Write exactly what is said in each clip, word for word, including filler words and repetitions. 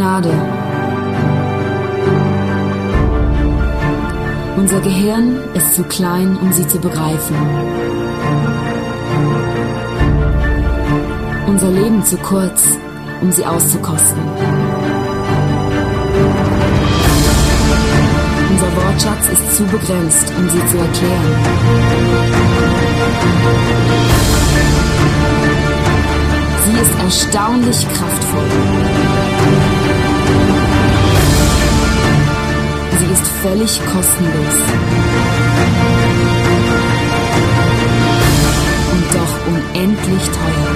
Gnade. Unser Gehirn ist zu klein, um sie zu begreifen. Unser Leben zu kurz, um sie auszukosten. Unser Wortschatz ist zu begrenzt, um sie zu erklären. Sie ist erstaunlich kraftvoll. Sie ist völlig kostenlos. Und doch unendlich teuer.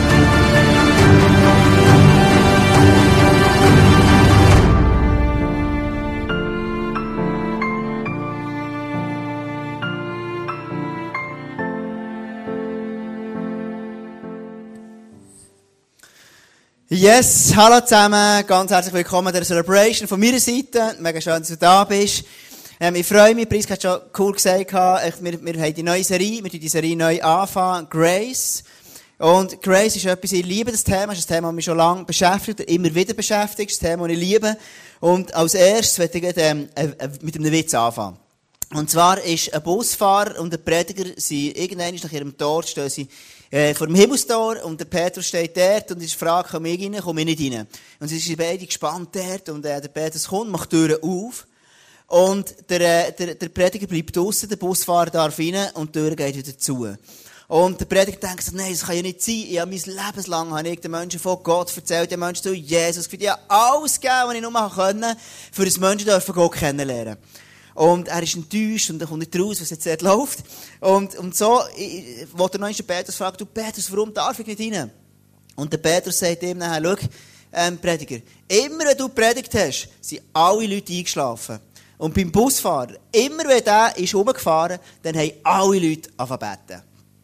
Yes, hallo zusammen, ganz herzlich willkommen an der Celebration von meiner Seite. Mega schön, dass du da bist. Ähm, ich freue mich, Priska hat schon cool gesagt, wir, wir haben die neue Serie, wir die die Serie neu anfangen, Grace. Und Grace ist etwas, ich liebe das Thema, das ist ein Thema, das mich schon lange beschäftigt, immer wieder beschäftigt, das Thema, das ich liebe. Und als erstes möchte ich ähm, äh, mit einem Witz anfangen. Und zwar ist ein Busfahrer und ein Prediger, sie irgendwann nach ihrem Tor stehen sie Äh, vor dem Himmelstor, und der Petrus steht dort und ist fragt, komm ich rein, komm ich nicht rein. Und sie sind beide gespannt dort, und äh, der Petrus kommt, macht die Türen auf, und der, äh, der, der Prediger bleibt draussen, der Busfahrer darf rein, und die Tür geht wieder zu. Und der Prediger denkt sich, nein, das kann ja nicht sein, ich habe mein Leben lang habe ich den Menschen von Gott erzählt, den Menschen zu Jesus, ich habe alles gegeben, was ich nur machen konnte, für das Menschen dürfen Gott kennenlernen. Und er ist enttäuscht und er kommt nicht raus, was jetzt dort läuft. Und, und so, wo der neunste Petrus fragt, du Petrus, warum darf ich nicht rein? Und der Petrus sagt ihm nachher, schau, ähm, Prediger, immer wenn du predigt hast, sind alle Leute eingeschlafen. Und beim Busfahrer, immer wenn der ist rumgefahren, dann haben alle Leute angefangen zu beten.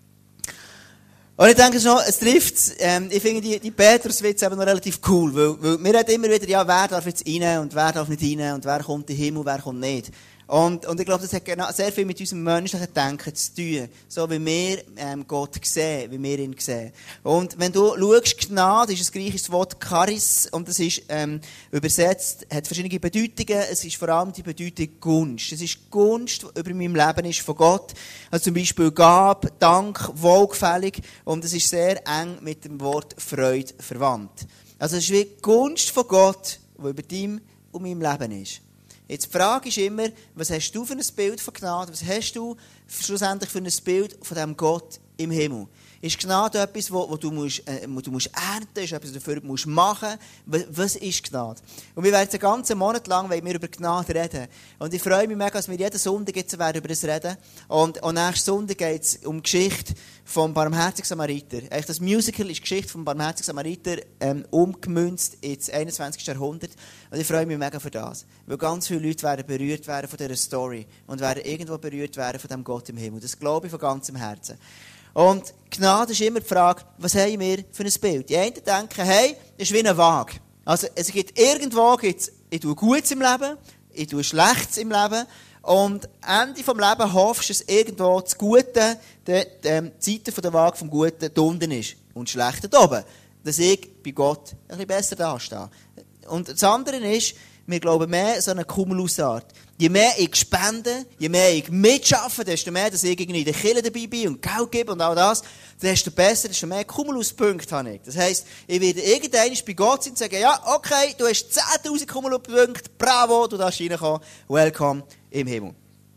Und ich denke schon, es trifft, ähm, ich finde die, die Petrus-Witze eben noch relativ cool, weil, weil wir reden immer wieder, ja, wer darf jetzt rein und wer darf nicht rein und wer kommt in den Himmel, wer kommt nicht. Und, und ich glaube, das hat genau sehr viel mit unserem menschlichen Denken zu tun. So wie wir ähm, Gott sehen, wie wir ihn sehen. Und wenn du schaust, Gnade ist ein griechisches Wort Charis, und das ist ähm, übersetzt, hat verschiedene Bedeutungen. Es ist vor allem die Bedeutung Gunst. Es ist Gunst, die über meinem Leben ist von Gott. Also zum Beispiel Gabe, Dank, Wohlgefällig. Und es ist sehr eng mit dem Wort Freude verwandt. Also es ist wie die Gunst von Gott, die über deinem und meinem Leben ist. Jetzt die Frage ist immer, was hast du für ein Bild von Gnade? Was hast du schlussendlich für ein Bild von diesem Gott im Himmel? Ist Gnade etwas, wo, wo du, musst, äh, wo du musst ernten, ist etwas, was du dafür musst machen? Was, was ist Gnade? Und wir werden jetzt einen ganzen Monat lang wir über Gnade reden. Und ich freue mich mega, dass wir jeden Sonntag jetzt werden über das reden. Und, und nächsten Sonntag geht es um die Geschichte vom barmherzigen Samariter. Eigentlich das Musical ist die Geschichte vom barmherzigen Samariter ähm, umgemünzt ins einundzwanzigsten Jahrhundert. Und ich freue mich mega für das. Weil ganz viele Leute werden berührt werden von dieser Story und werden irgendwo berührt werden von diesem Gott im Himmel. Das glaube ich von ganzem Herzen. Und Gnade ist immer die Frage, was haben wir für ein Bild? Die einen denken, hey, das ist wie eine Waage. Also es gibt irgendwo, gibt's, ich tue Gutes im Leben, ich tue Schlechtes im Leben, und am Ende des Lebens hoffst du, dass irgendwo das Gute, die, die, die Seite der Waage vom Guten da unten ist und das Schlechte da oben. Dass ich bei Gott ein bisschen besser dastehe. Und das andere ist, wir glauben mehr so eine Cumulusart. Je mehr ich spende, je mehr ich mitschaffe, desto mehr, dass ich irgendwie in der Kirche dabei bin und Geld gebe und all das, desto besser, desto mehr Cumuluspunkte habe ich. Das heisst, ich werde irgendwann bei Gott sein und sagen, ja, okay, du hast zehntausend Cumuluspunkte, bravo, du darfst reinkommen, welcome im Himmel.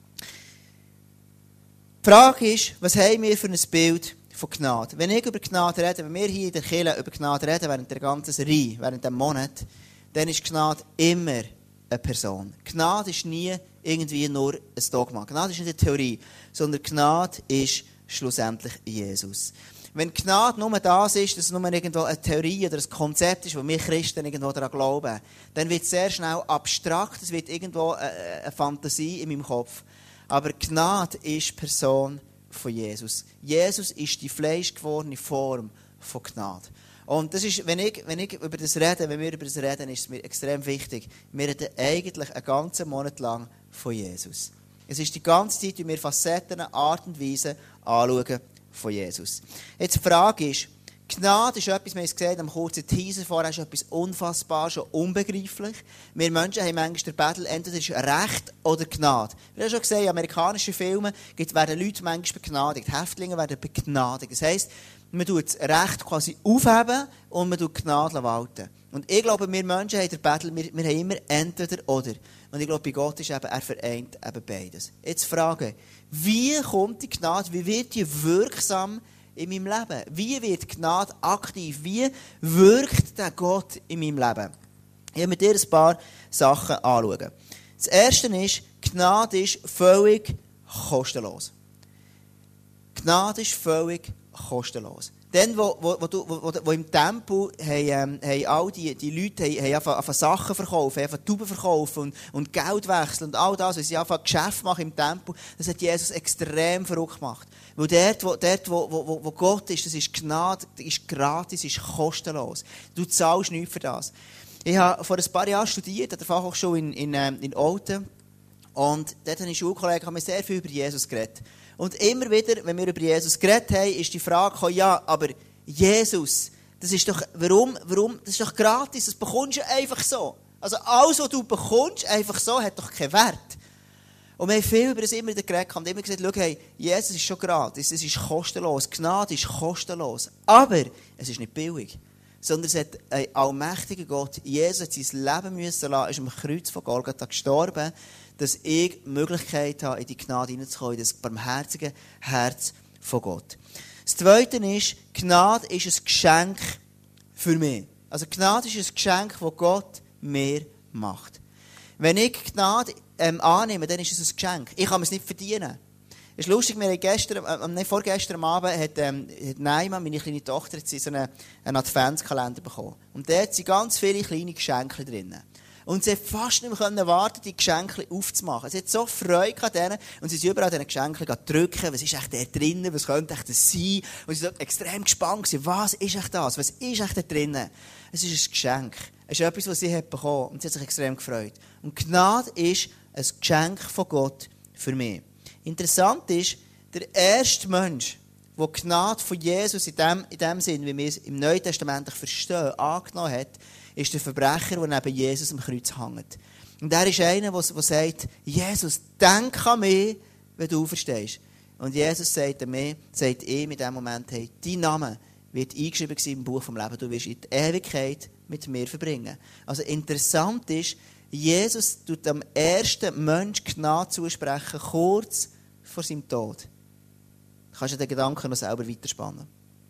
Die Frage ist, was haben wir für ein Bild von Gnade? Wenn ich über Gnade rede, wenn wir hier in der Kirche über Gnade reden, während der ganzen Serie, während dem Monat, dann ist Gnade immer eine Person. Gnade ist nie irgendwie nur ein Dogma. Gnade ist nicht eine Theorie, sondern Gnade ist schlussendlich Jesus. Wenn Gnade nur das ist, dass es nur irgendwo eine Theorie oder ein Konzept ist, wo wir Christen irgendwo daran glauben, dann wird es sehr schnell abstrakt, es wird irgendwo eine, eine Fantasie in meinem Kopf. Aber Gnade ist Person von Jesus. Jesus ist die fleischgewordene Form von Gnade. Und das ist, wenn ich, wenn ich über das rede, wenn wir über das reden, ist es mir extrem wichtig. Wir reden eigentlich einen ganzen Monat lang von Jesus. Es ist die ganze Zeit, wie wir Facetten, Art und Weise anschauen von Jesus. Jetzt die Frage ist, Gnade ist etwas, wir haben es gesehen, am kurzen Teaser vorher, ist etwas unfassbar, schon unbegreiflich. Wir Menschen haben manchmal den Battle, entweder ist Recht oder Gnade. Wir haben schon gesehen, in amerikanischen Filmen werden Leute manchmal begnadigt, Häftlinge werden begnadigt. Das heisst, man tut das Recht quasi aufheben und man tut Gnade walten. Und ich glaube, wir Menschen haben den Battle, wir, wir haben immer entweder oder. Und ich glaube, bei Gott ist eben, er vereint eben beides. Jetzt Frage, wie kommt die Gnade, wie wird die wirksam in meinem Leben? Wie wird Gnade aktiv? Wie wirkt der Gott in meinem Leben? Ich werde mit dir ein paar Sachen anschauen. Das erste ist, Gnade ist völlig kostenlos. Gnade ist völlig kostenlos. Dann, wo, wo, wo, wo, wo im Tempel haben, ähm, haben all die, die Leute haben, haben angefangen, angefangen Sachen verkaufen, angefangen Tauben verkaufen und, und Geld wechseln und all das, weil sie angefangen Geschäfte machen im Tempel, das hat Jesus extrem verrückt gemacht. Weil dort, wo, dort wo, wo, wo Gott ist, das ist Gnade, das ist gratis, das ist kostenlos. Du zahlst nichts für das. Ich habe vor ein paar Jahren studiert an der Fachhochschule in, in, ähm, in Olten und dort haben die Schulkollegen haben mir sehr viel über Jesus geredet. Und immer wieder, wenn wir über Jesus geredet haben, ist die Frage gekommen, ja, aber Jesus, das ist doch, warum, warum, das ist doch gratis, das bekommst du einfach so. Also alles, was du bekommst, einfach so, hat doch keinen Wert. Und wir haben viel über das immer wieder geredet und immer gesagt, schau, hey, Jesus ist schon gratis, es ist kostenlos, Gnade ist kostenlos, aber es ist nicht billig. Sondern es hat ein allmächtiger Gott, Jesus hat sein Leben müssen lassen, ist am Kreuz von Golgatha gestorben, dass ich die Möglichkeit habe, in die Gnade hineinzukommen, in das barmherzige Herz von Gott. Das Zweite ist, Gnade ist ein Geschenk für mich. Also Gnade ist ein Geschenk, das Gott mir macht. Wenn ich Gnade ähm, annehme, dann ist es ein Geschenk. Ich kann es nicht verdienen. Es ist lustig, wir haben gestern, äh, vorgestern Abend hat, ähm, hat Naima, meine kleine Tochter, hat sie so einen, einen Adventskalender bekommen. Und dort sind ganz viele kleine Geschenke drin. Und sie hat fast nicht mehr warten, die Geschenke aufzumachen. Sie hat so Freude an denen. Und sie ist überall an diesen Geschenken drücken. Was ist echt da drinnen? Was könnte echt das sein? Und sie war extrem gespannt. Was ist echt das? Was ist echt da drinnen? Es ist ein Geschenk. Es ist etwas, was sie hat bekommen. Und sie hat sich extrem gefreut. Und Gnade ist ein Geschenk von Gott für mich. Interessant ist, der erste Mensch, der Gnade von Jesus in dem, in dem Sinn, wie wir es im Neuen Testament verstehen, angenommen hat, ist der Verbrecher, der neben Jesus am Kreuz hängt. Und er ist einer, der, der sagt, Jesus, denk an mich, wenn du auferstehst. Und Jesus sagt an mich, sagt ihm in dem Moment, hey, dein Name wird eingeschrieben sein im Buch vom Leben. Du wirst in die Ewigkeit mit mir verbringen. Also interessant ist, Jesus tut am ersten Mensch Gnade zusprechen, kurz vor seinem Tod. Du kannst den Gedanken noch selber weiterspannen.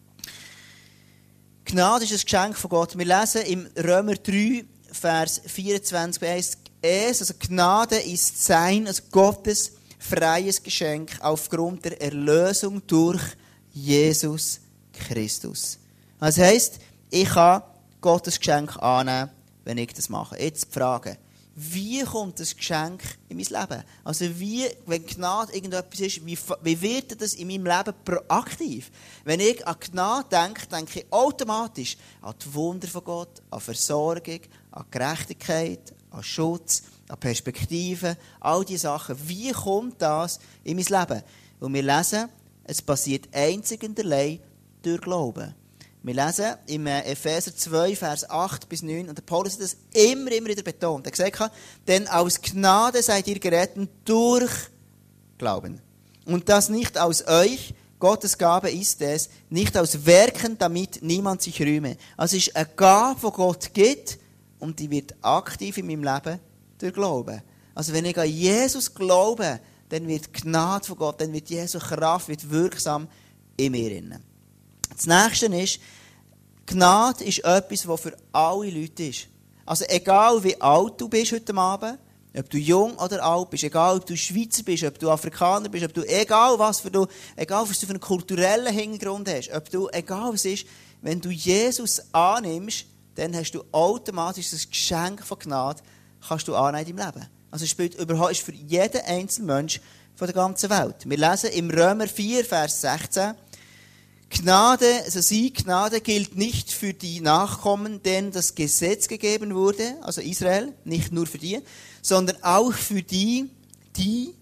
Gnade ist ein Geschenk von Gott. Wir lesen im Römer drei, Vers vierundzwanzig, heißt es, also Gnade ist sein, also Gottes freies Geschenk aufgrund der Erlösung durch Jesus Christus. Das heisst, ich kann Gottes Geschenk annehmen, wenn ich das mache. Jetzt die Frage, wie kommt das Geschenk in mein Leben? Also wie, wenn Gnade irgendetwas ist, wie, wie wird das in meinem Leben proaktiv? Wenn ich an Gnade denke, denke ich automatisch an die Wunder von Gott, an Versorgung, an Gerechtigkeit, an Schutz, an Perspektive, all diese Sachen. Wie kommt das in mein Leben? Und wir lesen, es passiert einzig und allein durch Glauben. Wir lesen im Epheser zwei, Vers acht bis neun, und der Paulus hat das immer, immer wieder betont. Er hat gesagt, denn aus Gnade seid ihr gerettet durch Glauben. Und das nicht aus euch, Gottes Gabe ist es, nicht aus Werken, damit niemand sich rühme. Also es ist eine Gabe, die Gott gibt, und die wird aktiv in meinem Leben durch Glauben. Also wenn ich an Jesus glaube, dann wird die Gnade von Gott, dann wird Jesu Kraft wird wirksam in mir. Das Nächste ist, Gnade ist etwas, das für alle Leute ist. Also egal wie alt du bist heute Abend, ob du jung oder alt bist, egal ob du Schweizer bist, ob du Afrikaner bist, ob du, egal was für du, egal was du für einen kulturellen Hintergrund hast, ob du, egal was ist, wenn du Jesus annimmst, dann hast du automatisch das Geschenk von Gnade, kannst du annehmen in deinem Leben. Also es spielt überhaupt, ist für jeden einzelnen Mensch von der ganzen Welt. Wir lesen im Römer vier, Vers sechzehn, Gnade, also sie, Gnade gilt nicht für die Nachkommen, denen das Gesetz gegeben wurde, also Israel, nicht nur für die, sondern auch für die, die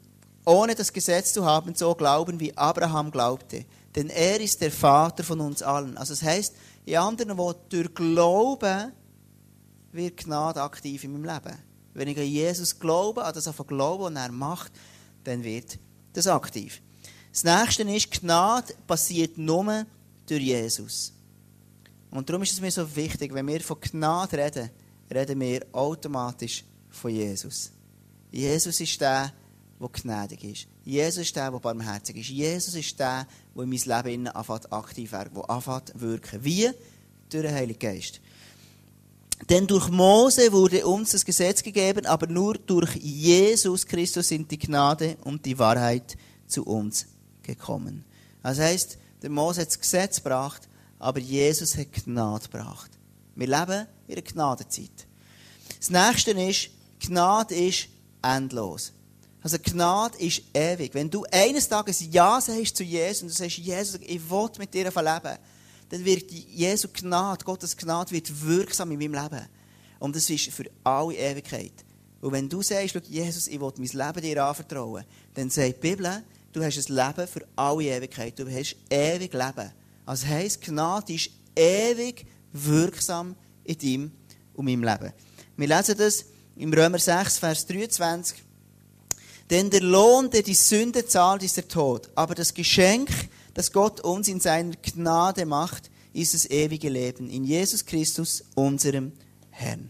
ohne das Gesetz zu haben, so glauben, wie Abraham glaubte. Denn er ist der Vater von uns allen. Also das heisst, in anderen Worten, durch Glauben wird Gnade aktiv in meinem Leben. Wenn ich an Jesus glaube, an das einfach glaube und er macht, dann wird das aktiv. Das Nächste ist, Gnade passiert nur durch Jesus. Und darum ist es mir so wichtig, wenn wir von Gnade reden, reden wir automatisch von Jesus. Jesus ist der, der gnädig ist. Jesus ist der, der barmherzig ist. Jesus ist der, der in mein Leben anfängt aktiv wird, der anfängt zu wirken. Wie? Durch den Heiligen Geist. Denn durch Mose wurde uns das Gesetz gegeben, aber nur durch Jesus Christus sind die Gnade und die Wahrheit zu uns gekommen. Das heisst, der Mose hat das Gesetz gebracht, aber Jesus hat Gnade gebracht. Wir leben in einer Gnadenzeit. Das Nächste ist, Gnade ist endlos. Also Gnade ist ewig. Wenn du eines Tages Ja sagst zu Jesus und du sagst, Jesus, ich will mit dir leben, dann wird Jesu Gnade, Gottes Gnade wird wirksam in meinem Leben. Und das ist für alle Ewigkeit. Und wenn du sagst, Jesus, ich will mein Leben dir anvertrauen, dann sagt die Bibel, du hast ein Leben für alle Ewigkeit. Du hast ewig Leben. Also heisst, Gnade ist ewig wirksam in deinem und meinem Leben. Wir lesen das im Römer sechs, Vers dreiundzwanzig. Denn der Lohn, der die Sünde zahlt, ist der Tod. Aber das Geschenk, das Gott uns in seiner Gnade macht, ist das ewige Leben. In Jesus Christus, unserem Herrn.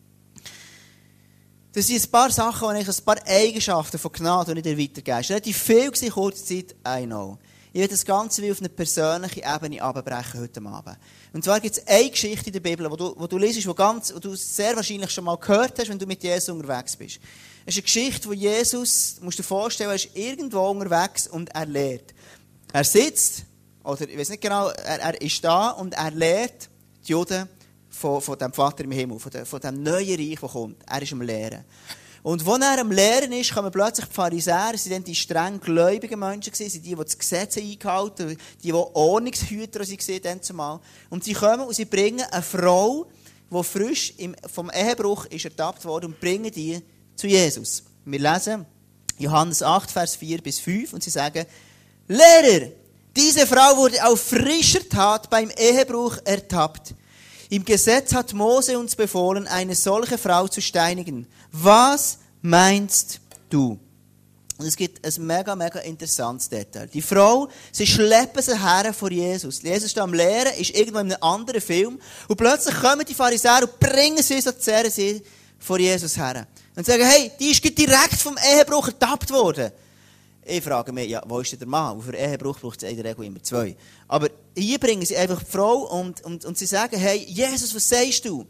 Das sind ein paar Sachen, ein paar Eigenschaften von Gnade, die ich dir weitergebe. Es war relativ viel in kurzer Zeit, I know. Ich werde das Ganze wie auf eine persönliche Ebene abbrechen heute Abend. Und zwar gibt es eine Geschichte in der Bibel, die du, wo du liest, wo, ganz, wo du sehr wahrscheinlich schon mal gehört hast, wenn du mit Jesus unterwegs bist. Es ist eine Geschichte, wo Jesus, du musst dir vorstellen, er ist irgendwo unterwegs und er lehrt. Er sitzt, oder ich weiß nicht genau, er, er ist da und er lehrt die Juden von, von dem Vater im Himmel, von, de, von dem neuen Reich, das kommt. Er ist am Lehren. Und als er am Lehren ist, kommen plötzlich die Pharisäer, sie waren die streng gläubigen Menschen, die, die das Gesetz eingehalten haben, die, die Ordnungshüter waren zumal. Und sie kommen und sie bringen eine Frau, die frisch im, vom Ehebruch ist ertappt wurde, und bringen die zu Jesus. Wir lesen Johannes acht, Vers vier bis fünf, und sie sagen, Lehrer, diese Frau wurde auf frischer Tat beim Ehebruch ertappt. Im Gesetz hat Mose uns befohlen, eine solche Frau zu steinigen. Was meinst du? Und es gibt ein mega, mega interessantes Detail. Die Frau, sie schleppen sie her vor Jesus. Jesus ist am Lehren, ist irgendwo in einem anderen Film. Und plötzlich kommen die Pharisäer und bringen sie so zerren sie vor Jesus her. Und sagen, hey, die ist direkt vom Ehebruch ertappt worden. Ich frage mich, ja, wo ist denn der Mann? Und für Ehebruch braucht es in der Regel immer zwei. Aber hier bringen sie einfach die Frau und, und, und sie sagen, hey, Jesus, was sagst du?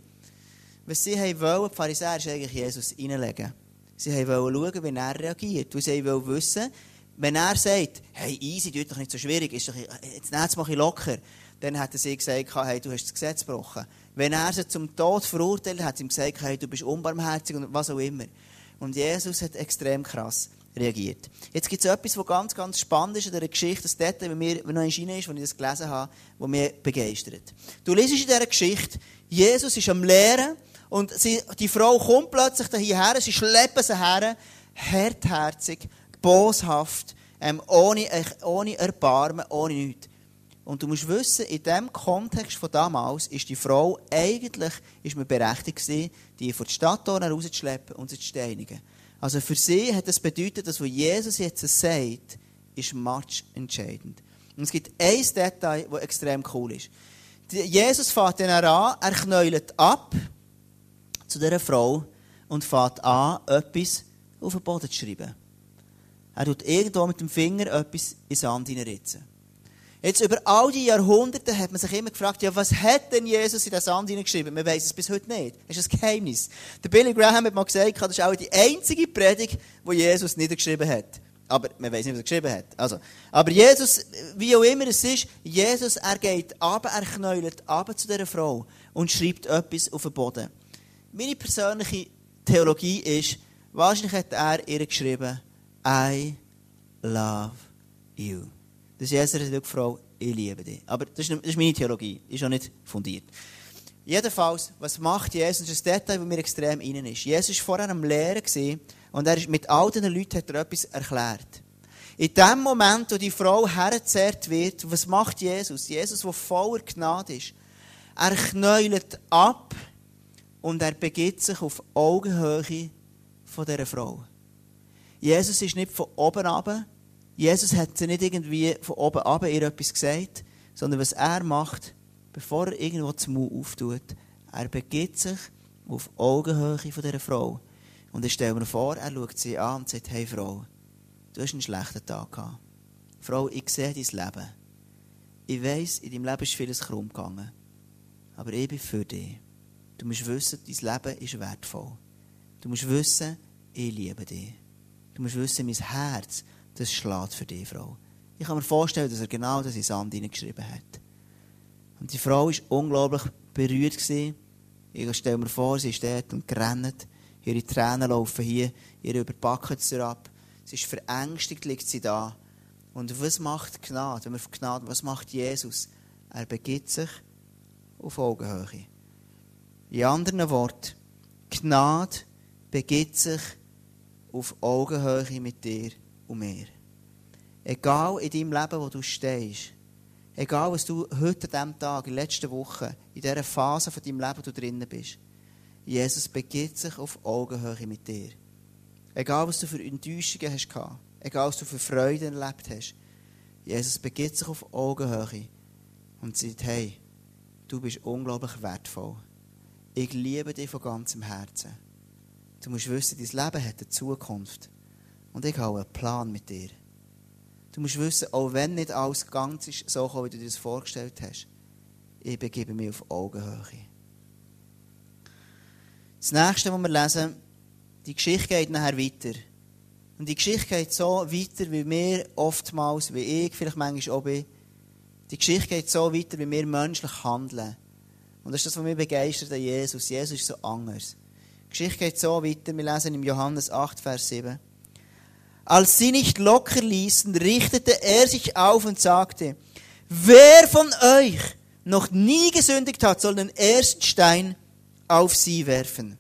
Was sie wollen, die Pharisäer, ist eigentlich Jesus reinlegen. Sie wollen schauen, wie er reagiert. Und sie wollen wissen, wenn er sagt, hey, easy, tut doch nicht so schwierig, ist doch, jetzt nächstes Mal locker, dann hat sie gesagt, hey, du hast das Gesetz gebrochen. Wenn er sie zum Tod verurteilt, hat sie ihm gesagt, hey, du bist unbarmherzig und was auch immer. Und Jesus hat extrem krass reagiert. Jetzt gibt es etwas, was ganz, ganz spannend ist in dieser Geschichte, das Detail, wenn mir noch nicht rein ist, als ich das gelesen habe, das mich begeistert. Du liest in dieser Geschichte, Jesus ist am Lehren und sie, die Frau kommt plötzlich hierher, sie schleppen sie her, hartherzig, boshaft, ähm, ohne, ohne Erbarmen, ohne nichts. Und du musst wissen, in diesem Kontext von damals ist die Frau eigentlich ist man berechtigt gewesen, die von der Stadt rauszuschleppen und sie zu steinigen. Also für sie hat das bedeutet, dass was Jesus jetzt sagt, ist much entscheidend. Und es gibt ein Detail, das extrem cool ist. Jesus fährt dann an, er knäulet ab zu dieser Frau und fährt an, etwas auf den Boden zu schreiben. Er tut irgendwo mit dem Finger etwas in den Sand hineinritzen. Jetzt über all die Jahrhunderte hat man sich immer gefragt, ja, was hat denn Jesus in den Sand hineingeschrieben? Man weiss es bis heute nicht. Das ist ein Geheimnis. Der Billy Graham hat mal gesagt, das ist auch die einzige Predigt, die Jesus niedergeschrieben hat. Aber man weiss nicht, was er geschrieben hat. Also, aber Jesus, wie auch immer es ist, Jesus, er geht runter, er knäulet runter zu dieser Frau und schreibt etwas auf den Boden. Meine persönliche Theologie ist, wahrscheinlich hat er ihr geschrieben, I love you. Das ist Jesus, der Frau, ich liebe dich. Aber das ist, das ist meine Theologie, ist auch nicht fundiert. Jedenfalls, was macht Jesus? Das ist ein Detail, das mir extrem rein ist. Jesus war vorher am Lehren und er ist mit all diesen Leuten hat er etwas erklärt. In dem Moment, wo die Frau hergezerrt wird, was macht Jesus? Jesus, der voller Gnade ist. Er knäult ab und er begibt sich auf Augenhöhe von dieser Frau. Jesus ist nicht von oben runter. Jesus hat sie nicht irgendwie von oben runter ihr etwas gesagt, sondern was er macht, bevor er irgendwo den Mund auftut, er begibt sich auf Augenhöhe von dieser Frau. Und ich stelle mir vor, er schaut sie an und sagt, hey Frau, du hast einen schlechten Tag gehabt. Frau, ich sehe dein Leben. Ich weiss, in deinem Leben ist vieles krumm gegangen. Aber ich bin für dich. Du musst wissen, dein Leben ist wertvoll. Du musst wissen, ich liebe dich. Du musst wissen, mein Herz, das schlägt für dich, Frau. Ich kann mir vorstellen, dass er genau das in Sand hineingeschrieben hat. Und die Frau war unglaublich berührt. Ich stelle mir vor, sie ist dort und gerannt. Ihre Tränen laufen hier, ihr über die Backen ab. Sie ist verängstigt, liegt sie da. Und was macht Gnade? Wenn wir von Gnade, was macht Jesus? Er begibt sich auf Augenhöhe. In anderen Worten, Gnade begibt sich auf Augenhöhe mit dir und mir. Egal in deinem Leben, wo du stehst, egal was du heute an diesem Tag, in der letzten Woche, in dieser Phase von deinem Leben, wo du drinnen bist, Jesus begibt sich auf Augenhöhe mit dir. Egal was du für Enttäuschungen hast gehabt, egal was du für Freuden erlebt hast, Jesus begibt sich auf Augenhöhe und sagt, hey, du bist unglaublich wertvoll. Ich liebe dich von ganzem Herzen. Du musst wissen, dein Leben hat eine Zukunft. Und ich habe einen Plan mit dir. Du musst wissen, auch wenn nicht alles ganz ist, so wie du dir das vorgestellt hast, ich begebe mich auf Augenhöhe. Das nächste, was wir lesen, die Geschichte geht nachher weiter. Und die Geschichte geht so weiter, wie wir oftmals, wie ich vielleicht manchmal auch bin, die Geschichte geht so weiter, wie wir menschlich handeln. Und das ist das, was mich begeistert an Jesus. Jesus ist so anders. Die Geschichte geht so weiter, wir lesen im Johannes acht, Vers sieben. Als sie nicht locker ließen, richtete er sich auf und sagte, wer von euch noch nie gesündigt hat, soll den ersten Stein auf sie werfen.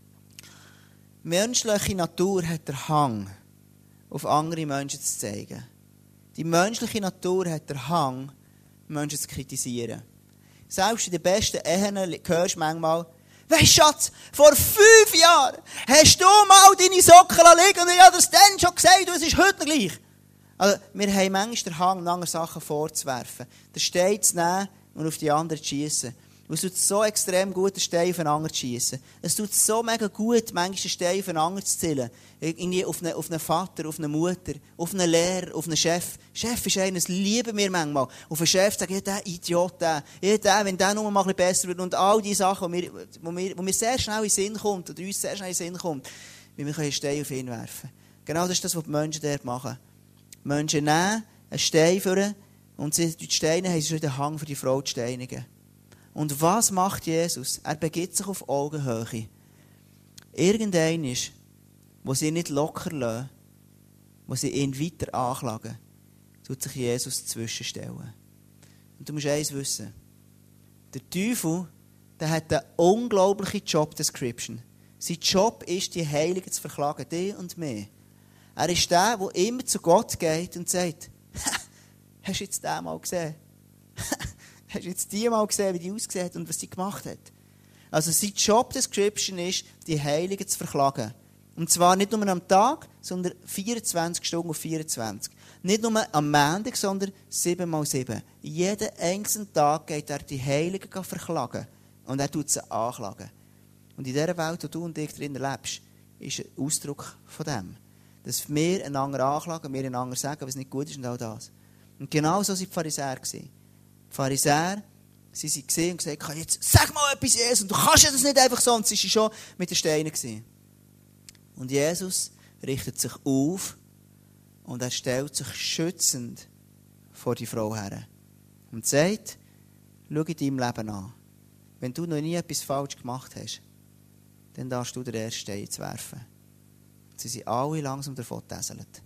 Menschliche Natur hat den Hang, auf andere Menschen zu zeigen. Die menschliche Natur hat den Hang, Menschen zu kritisieren. Selbst in den besten Ehen hörst du manchmal, weisst Schatz, vor fünf Jahren hast du mal deine Socken liegen und ich habe das dann schon gesagt und es ist heute gleich. Also, wir haben manchmal den Hang, andere Sachen vorzuwerfen. Den Stein zu nehmen und auf die anderen zu schiessen. Und es tut so extrem gut, den Stein auf einen anderen zu schiessen. Es tut so mega gut, manchmal den Stein auf einen anderen zu zielen. Irgendwie auf einen, auf einen Vater, auf eine Mutter, auf einen Lehrer, auf einen Chef. Chef ist einer, das lieben wir manchmal. Auf einen Chef sagen, ja, der Idiot, der. Ja, der, wenn der nur mal ein bisschen besser wird. Und all die Sachen, die mir, wo mir, wo mir sehr schnell in den Sinn kommt, oder uns sehr schnell in den Sinn kommt, wie wir einen Stein auf ihn werfen. Genau das ist das, was die Menschen dort machen. Die Menschen nehmen einen Stein für und sie, die Steine haben schon den Hang für die Frau zu steinigen. Und was macht Jesus? Er begibt sich auf Augenhöhe. Irgendein ist, wo sie nicht locker lassen, wo sie ihn weiter anklagen, tut sich Jesus zwischenstellen. Und du musst eins wissen. Der Teufel, der hat eine unglaubliche Job Description. Sein Job ist, die Heiligen zu verklagen, dich und mich. Er ist der, der immer zu Gott geht und sagt, hast du jetzt den mal gesehen? Hast du jetzt die mal gesehen, wie die ausgesehen hat und was sie gemacht hat? Also sein Job Description ist, die Heiligen zu verklagen. Und zwar nicht nur am Tag, sondern vierundzwanzig Stunden auf vierundzwanzig. Nicht nur am Montag, sondern sieben mal sieben. Jeden einzelnen Tag geht er die Heiligen verklagen. Und er tut sie anklagen. Und in dieser Welt, wo du und ich drin lebst, ist ein Ausdruck von dem. Dass wir einander anklagen, wir einander sagen, was nicht gut ist und all das. Und genau so waren die Pharisäer. Die Pharisäer, sie waren gesehen und gesagt, jetzt sag mal etwas, Jesus, und du kannst ja das nicht einfach so. Und sie waren schon mit den Steinen gewesen. Und Jesus richtet sich auf und er stellt sich schützend vor die Frau her. Und sagt, schau in deinem Leben an. Wenn du noch nie etwas falsch gemacht hast, dann darfst du den ersten Stein zu werfen. Und sie sind alle langsam davon getäselt.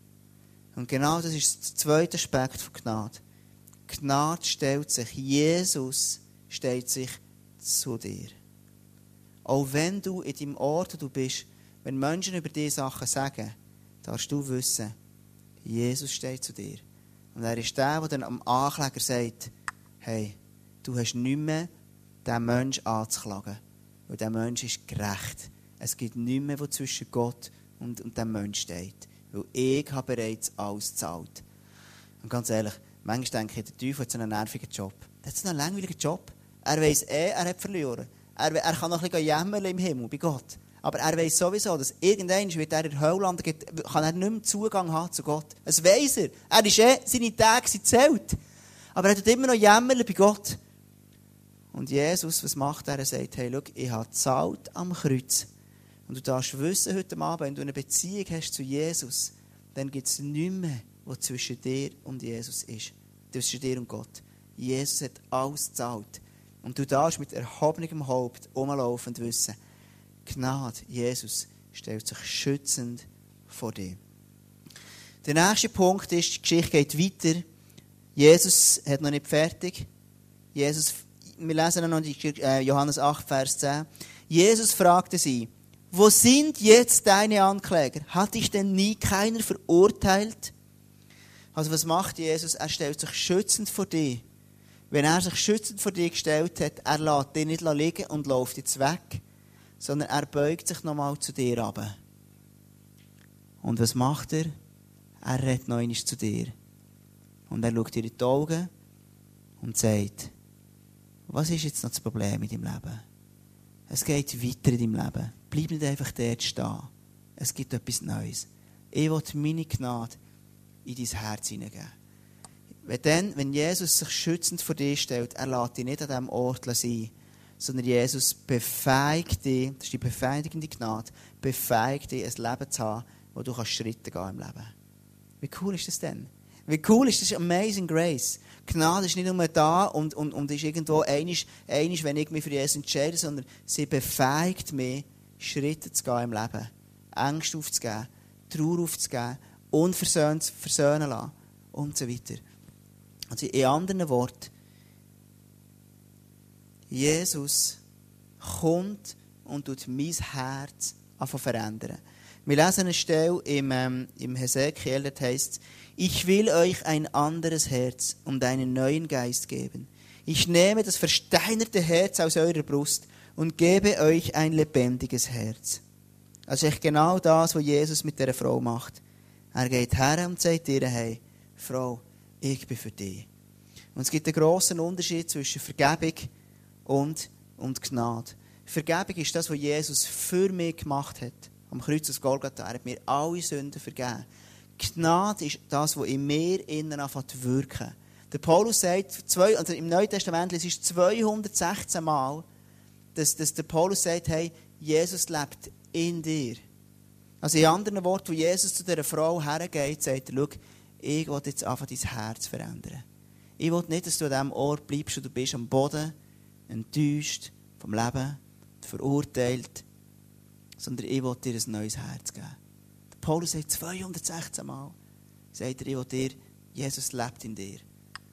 Und genau das ist der zweite Aspekt von Gnade. Gnade stellt sich, Jesus stellt sich zu dir. Auch wenn du in deinem Ort, wo du bist, wenn Menschen über diese Sachen sagen, darfst du wissen, Jesus steht zu dir. Und er ist der, der dann am Ankläger sagt, hey, du hast nicht mehr diesen Menschen anzuklagen. Weil dieser Mensch ist gerecht. Es gibt nichts mehr, was zwischen Gott und, und dem Menschen steht. Weil ich habe bereits alles gezahlt. Und ganz ehrlich, manchmal denke ich, der Teufel hat so einen nervigen Job. Der hat so einen langweiligen Job. Er weiss eh, er hat verloren. Er, er kann noch ein bisschen jämmern im Himmel, bei Gott. Aber er weiss sowieso, dass irgendwann wird er in der Hölle landen, kann er nicht mehr Zugang haben zu Gott. Das weiss er. Er ist eh, seine Tage sind zählt. Aber er tut immer noch jämmern bei Gott. Und Jesus, was macht er? Er sagt, hey, schau, ich habe gezahlt am Kreuz. Und du darfst wissen heute Abend, wenn du eine Beziehung hast zu Jesus, dann gibt es nichts mehr, was zwischen dir und Jesus ist. Zwischen dir und Gott. Jesus hat alles gezahlt. Und du darfst mit erhobenem Haupt rumlaufen und wissen, Gnade, Jesus stellt sich schützend vor dir. Der nächste Punkt ist, die Geschichte geht weiter. Jesus hat noch nicht fertig. Jesus, wir lesen noch die, äh, Johannes acht, Vers zehn. Jesus fragte sie, wo sind jetzt deine Ankläger? Hat dich denn nie keiner verurteilt? Also was macht Jesus? Er stellt sich schützend vor dir. Wenn er sich schützend vor dir gestellt hat, er lässt dich nicht liegen und läuft jetzt weg, sondern er beugt sich nochmal zu dir runter. Und was macht er? Er redet noch einmal zu dir. Und er schaut dir in die Augen und sagt, was ist jetzt noch das Problem in deinem Leben? Es geht weiter in deinem Leben. Bleib nicht einfach dort stehen. Es gibt etwas Neues. Ich will meine Gnade in dein Herz hineingeben. Wenn, dann, wenn Jesus sich schützend vor dir stellt, er lässt dich nicht an diesem Ort sein, sondern Jesus befähigt dich, das ist die befähigende Gnade, befähigt dich, ein Leben zu haben, wo du kannst Schritte gehen im Leben. Wie cool ist das denn? Wie cool ist das? Amazing Grace. Gnade ist nicht nur da und, und, und ist irgendwo einig, einig, wenn ich mich für Jesus entscheide, sondern sie befähigt mich, Schritte zu gehen im Leben. Ängste aufzugeben, Trauer aufzugeben, unversöhnt versöhnen lassen und so weiter. Also in anderen Worten, Jesus kommt und tut mein Herz verändern. Wir lesen eine Stelle im, ähm, im Hesekiel, das heisst, ich will euch ein anderes Herz und einen neuen Geist geben. Ich nehme das versteinerte Herz aus eurer Brust und gebe euch ein lebendiges Herz. Das ist echt genau das, was Jesus mit dieser Frau macht. Er geht her und sagt ihr, hey, Frau, ich bin für dich. Und es gibt einen grossen Unterschied zwischen Vergebung und, und Gnade. Vergebung ist das, was Jesus für mich gemacht hat. Am Kreuz des Golgatha. Er hat mir alle Sünden vergeben. Gnade ist das, was in mir innen anfängt zu wirken. Der Paulus sagt, zwei, also im Neuen Testament, es ist zweihundertsechzehn Mal, dass, dass der Paulus sagt, hey, Jesus lebt in dir. Also in anderen Worten, wo Jesus zu dieser Frau hergeht, sagt er, schau, ich will jetzt einfach dein Herz verändern. Ich will nicht, dass du an dem Ort bleibst, wo du bist, am Boden, enttäuscht vom Leben, verurteilt, sondern ich will dir ein neues Herz geben. Der Paulus sagt zweihundertsechzehn Mal, sagt er, ich will dir, Jesus lebt in dir.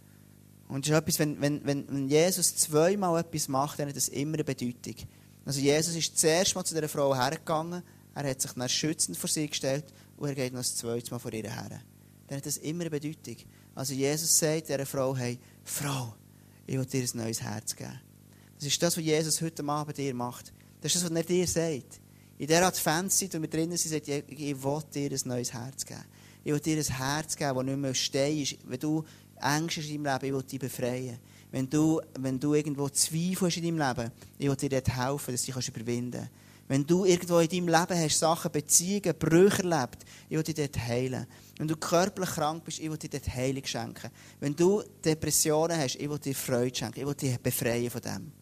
Und es ist etwas, wenn, wenn, wenn Jesus zweimal etwas macht, dann hat das immer eine Bedeutung. Also Jesus ist zuerst mal zu dieser Frau hergegangen, er hat sich dann schützend vor sie gestellt und er geht noch das zweite Mal vor ihr her. Dann hat das immer eine Bedeutung. Also Jesus sagt dieser Frau, hey, Frau, ich will dir ein neues Herz geben. Das ist das, was Jesus heute Abend bei dir macht. Das ist das, was er dir sagt. In dieser Adventszeit, wo wir drinnen sind, sagt er, ich will dir ein neues Herz geben. Ich will dir ein Herz geben, das nicht mehr stehen ist. Wenn du Ängste hast in deinem Leben, ich will dich befreien. Wenn du, wenn du irgendwo Zweifel hast in deinem Leben, ich will dir dort helfen, dass du dich überwinden kannst. Wenn du irgendwo in deinem Leben hast, Sachen, Beziehungen, Brüche erlebt, ich will dich dort heilen. Wenn du körperlich krank bist, ich will dir dort Heilung schenken. Wenn du Depressionen hast, ich will dir Freude schenken. Ich will dich befreien von dem.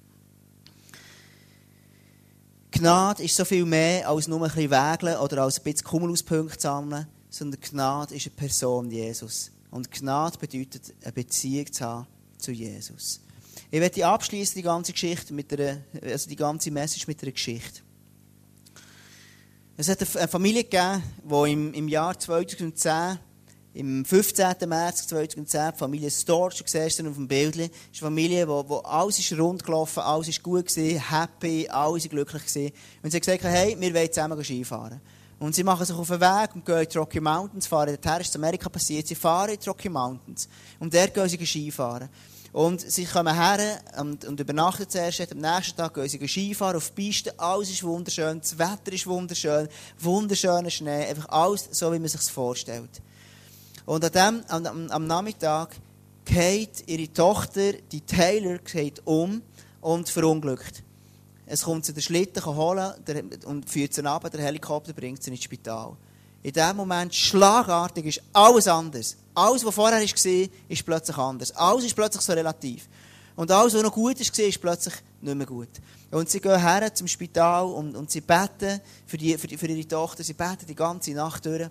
Gnade ist so viel mehr als nur ein bisschen wägeln oder als ein bisschen Kumuluspunkte sammeln, sondern Gnade ist eine Person, Jesus. Und Gnade bedeutet, eine Beziehung zu haben zu Jesus. Ich werde abschließen die ganze Geschichte mit einer, also die ganze Message mit einer Geschichte. Es hat eine Familie gegeben, die im, im Jahr zweitausendzehn im fünfzehnten März zweitausendzehn, die Familie Storch, du siehst auf dem Bild, ist eine Familie, wo, wo alles ist rund gelaufen, alles ist gut gewesen, happy, alle sind glücklich gewesen. Und sie haben gesagt, hey, wir wollen zusammen Skifahren. Und sie machen sich auf den Weg und gehen in die Rocky Mountains, fahren dorthin, ist in Amerika passiert, sie fahren in die Rocky Mountains. Und dort gehen sie Skifahren. Und sie kommen her und, und übernachten zuerst. Am nächsten Tag gehen sie Skifahren auf die Piste. Alles ist wunderschön, das Wetter ist wunderschön, wunderschöner Schnee, einfach alles so, wie man sich vorstellt. Und an dem, am, am Nachmittag geht ihre Tochter, die Taylor, geht um und verunglückt. Es kommt sie den Schlitten holen und führt sie ab, der Helikopter bringt sie ins Spital. In diesem Moment, schlagartig, ist alles anders. Alles, was vorher war, ist plötzlich anders. Alles ist plötzlich so relativ. Und alles, was noch gut war, ist plötzlich nicht mehr gut. Und sie gehen her zum Spital und, und sie beten für, die, für, die, für ihre Tochter. Sie beten die ganze Nacht durch.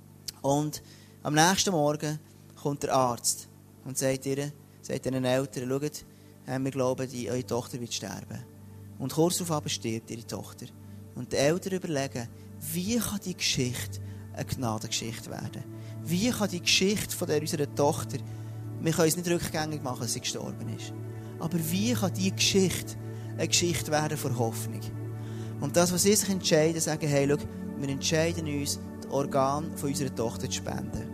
Und am nächsten Morgen kommt der Arzt und sagt, ihr, sagt ihren Eltern, schaut, wir glauben, die, eure Tochter wird sterben. Und kurz darauf stirbt ihre Tochter. Und die Eltern überlegen, wie kann die Geschichte eine Gnadengeschichte werden? Wie kann die Geschichte von der, unserer Tochter, wir können es nicht rückgängig machen, dass sie gestorben ist, aber wie kann diese Geschichte eine Geschichte werden von Hoffnung? Und das, was sie sich entscheiden, sagen, hey, schau, wir entscheiden uns, das Organ von unserer Tochter zu spenden.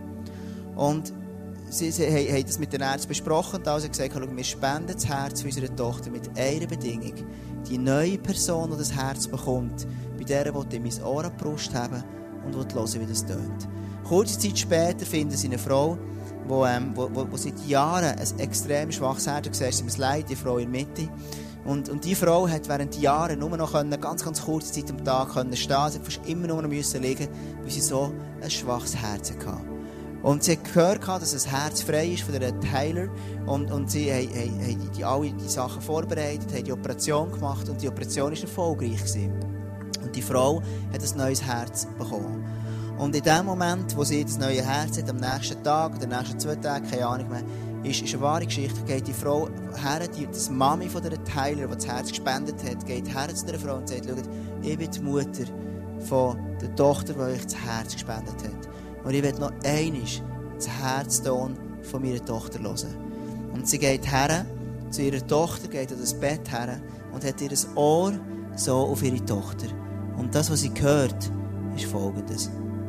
Und sie, sie haben das mit den Ärzten besprochen und also gesagt, schau, wir spenden das Herz von unserer Tochter mit einer Bedingung. Die neue Person, die das Herz bekommt, bei der, die in mein Ohr an die Brust haben und will hören, wie das tönt. Kurze Zeit später finden sie eine Frau, die ähm, wo, wo, wo seit Jahren ein extrem schwaches Herz hat. Du siehst sie leid, die Frau in der Mitte. Und, und die Frau hat während Jahren nur noch können, ganz, ganz kurze Zeit am Tag können stehen. Sie hat fast immer nur noch müssen liegen, weil sie so ein schwaches Herz hatte. Und sie hat gehört, dass das Herz frei ist von der Taylor. Und, und sie haben, haben, haben die, die, alle die Sachen vorbereitet, haben die Operation gemacht und die Operation war erfolgreich gewesen. Und die Frau hat ein neues Herz bekommen. Und in dem Moment, wo sie das neue Herz hat, am nächsten Tag oder nächsten zwei Tagen, keine Ahnung mehr, ist, ist eine wahre Geschichte. Geht die Frau her, die, das Mami von der Tyler, die das Herz gespendet hat, geht her zu der Frau und sagt, schaut, ich bin die Mutter von der Tochter, die euch das Herz gespendet hat. Und ich will noch einmal das Herzton von meiner Tochter hören. Und sie geht her zu ihrer Tochter, geht an das Bett her und hat ihr Ohr so auf ihre Tochter. Und das, was sie hört, ist Folgendes.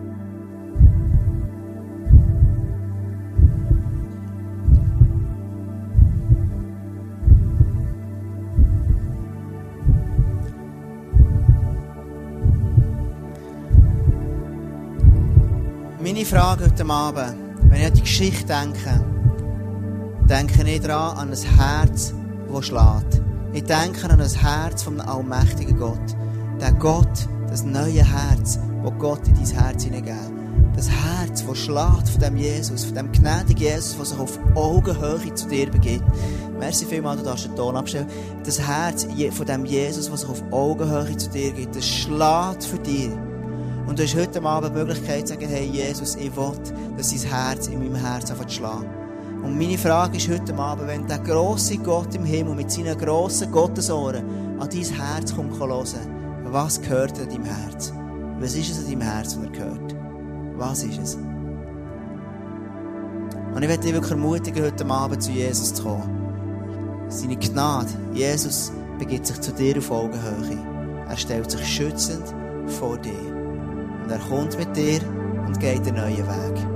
Meine Frage heute Abend, wenn ich an die Geschichte denke, denke ich daran an ein Herz, das schlägt. Ich denke an ein Herz vom allmächtigen Gott. Der Gott, das neue Herz, das Gott in dein Herz hineingeben. Das Herz, das schlägt von dem Jesus, von dem gnädigen Jesus, der sich auf Augenhöhe zu dir begibt. Merci vielmals, du darfst den Ton abstellen. Das Herz von dem Jesus, der sich auf Augenhöhe zu dir gibt, das schlägt für dich. Und du hast heute Abend die Möglichkeit zu sagen, hey Jesus, ich will, dass dein Herz in meinem Herz anfängt zu schlagen. Und meine Frage ist heute Abend, wenn der grosse Gott im Himmel mit seinen grossen Gottesohren an dein Herz kommt hören, was gehört an deinem Herz? Was ist es an deinem Herz, was er gehört? Was ist es? Und ich möchte dich wirklich ermutigen, heute Abend zu Jesus zu kommen. Seine Gnade, Jesus begibt sich zu dir auf Augenhöhe. Er stellt sich schützend vor dir. Und er kommt mit dir und geht den neuen Weg.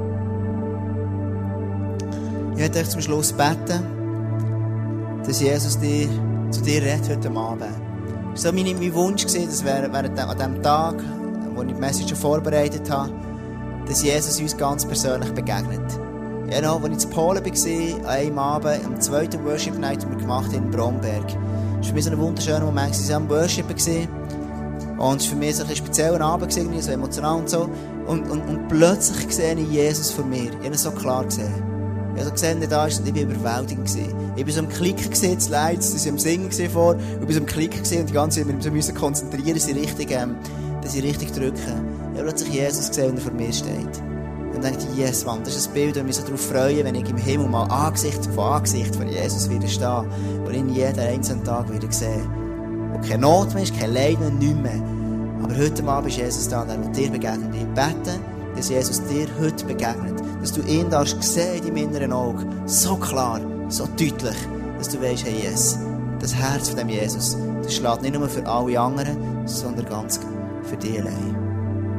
Ich möchte euch zum Schluss beten, dass Jesus dir, zu dir redet heute Abend. Es war so mein, mein Wunsch, dass während an diesem Tag, wo ich die Message vorbereitet habe, dass Jesus uns ganz persönlich begegnet. Ja, noch, als ich in Polen war, an einem Abend, am zweiten Worship Night, den wir gemacht haben in Bromberg. Das war für mich so ein wunderschöner Moment. Wir waren am Worshipen. Und es war für mich so ein spezieller Abend, so emotional und so. Und, und, und plötzlich sehe ich Jesus vor mir. Ich habe ihn so klar gesehen. Ich habe so gesehen, der da ist, und ich war überwältigend. Ich war so am Klicken gesehen, das Lights, dass ich am Singen vor, und ich war so am Klicken gesehen, und die ganze Zeit so müssen konzentrieren, dass ich richtig, ähm, dass ich richtig drücke. Ich habe plötzlich Jesus gesehen, und er vor mir steht. Und dachte ich, yes, Mann, das ist ein Bild, das mich so darauf freue, wenn ich im Himmel mal Angesicht vor Angesicht vor Jesus wieder stehe, und ihn jeden einzelnen Tag wieder sehe. Wo keine Not mehr ist, kein Leid mehr, nichts mehr. Aber heute Abend ist Jesus da, und er wird dir begegnen. Ich bete, dass Jesus dir heute begegnet. Dass du ihn darfst sehen in deinem inneren Auge. So klar, so deutlich, dass du weißt, hey, yes, das Herz von dem Jesus, das schlägt nicht nur für alle anderen, sondern ganz für dich allein.